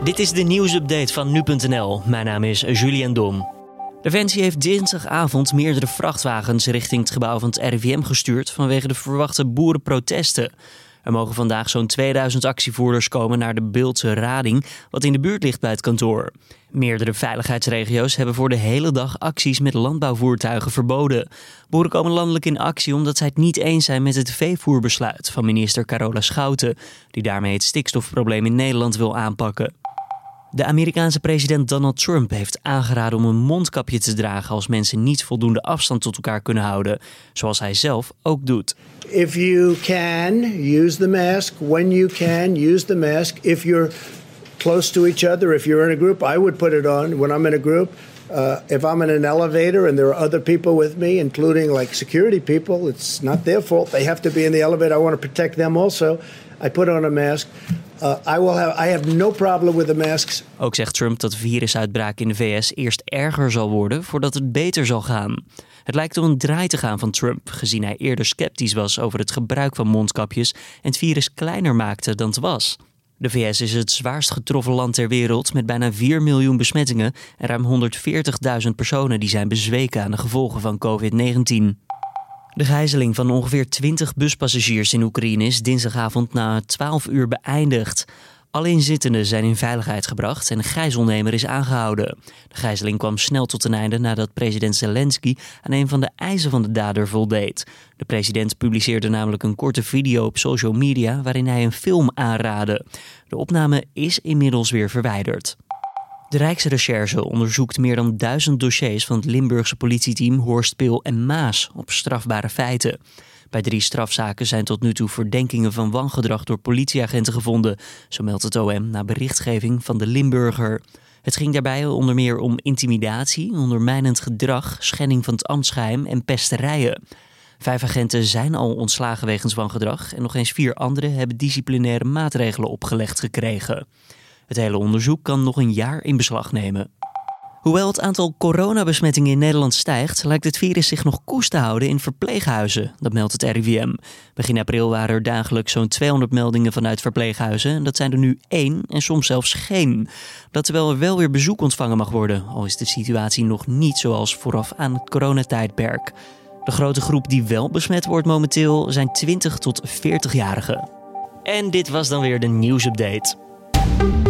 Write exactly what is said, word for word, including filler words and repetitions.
Dit is de nieuwsupdate van nu punt n l. Mijn naam is Julian Dom. Defensie heeft dinsdagavond meerdere vrachtwagens richting het gebouw van het R I V M gestuurd vanwege de verwachte boerenprotesten. Er mogen vandaag zo'n tweeduizend actievoerders komen naar de Beeldse Rading, wat in de buurt ligt bij het kantoor. Meerdere veiligheidsregio's hebben voor de hele dag acties met landbouwvoertuigen verboden. Boeren komen landelijk in actie omdat zij het niet eens zijn met het veevoerbesluit van minister Carola Schouten, die daarmee het stikstofprobleem in Nederland wil aanpakken. De Amerikaanse president Donald Trump heeft aangeraden om een mondkapje te dragen als mensen niet voldoende afstand tot elkaar kunnen houden, zoals hij zelf ook doet. If you can, use the mask. When you can, use the mask. If you're close to each other, if you're in a group, I would put it on when I'm in a group. Uh, if I'm in an elevator and there are other people with me, including like security people, it's not their fault. They have to be in the elevator. I want to protect them also. I put on a mask. Uh, I will have. I have no problem with the masks. Ook zegt Trump dat de virusuitbraak in de V S eerst erger zal worden voordat het beter zal gaan. Het lijkt om een draai te gaan van Trump, gezien hij eerder sceptisch was over het gebruik van mondkapjes en het virus kleiner maakte dan het was. De V S is het zwaarst getroffen land ter wereld met bijna vier miljoen besmettingen en ruim honderdveertigduizend personen die zijn bezweken aan de gevolgen van covid negentien. De gijzeling van ongeveer twintig buspassagiers in Oekraïne is dinsdagavond na twaalf uur beëindigd. Alle inzittenden zijn in veiligheid gebracht en de gijzelnemer is aangehouden. De gijzeling kwam snel tot een einde nadat president Zelensky aan een van de eisen van de dader voldeed. De president publiceerde namelijk een korte video op social media waarin hij een film aanraadde. De opname is inmiddels weer verwijderd. De Rijksrecherche onderzoekt meer dan duizend dossiers van het Limburgse politieteam Horst, Pil en Maas op strafbare feiten. Bij drie strafzaken zijn tot nu toe verdenkingen van wangedrag door politieagenten gevonden, zo meldt het O M na berichtgeving van de Limburger. Het ging daarbij onder meer om intimidatie, ondermijnend gedrag, schending van het ambtsgeheim en pesterijen. Vijf agenten zijn al ontslagen wegens wangedrag en nog eens vier anderen hebben disciplinaire maatregelen opgelegd gekregen. Het hele onderzoek kan nog een jaar in beslag nemen. Hoewel het aantal coronabesmettingen in Nederland stijgt, lijkt het virus zich nog koers te houden in verpleeghuizen. Dat meldt het R I V M. Begin april waren er dagelijks zo'n tweehonderd meldingen vanuit verpleeghuizen. En dat zijn er nu één en soms zelfs geen. Dat terwijl er wel weer bezoek ontvangen mag worden, al is de situatie nog niet zoals vooraf aan het coronatijdperk. De grote groep die wel besmet wordt momenteel zijn twintig tot veertig-jarigen. En dit was dan weer de nieuwsupdate.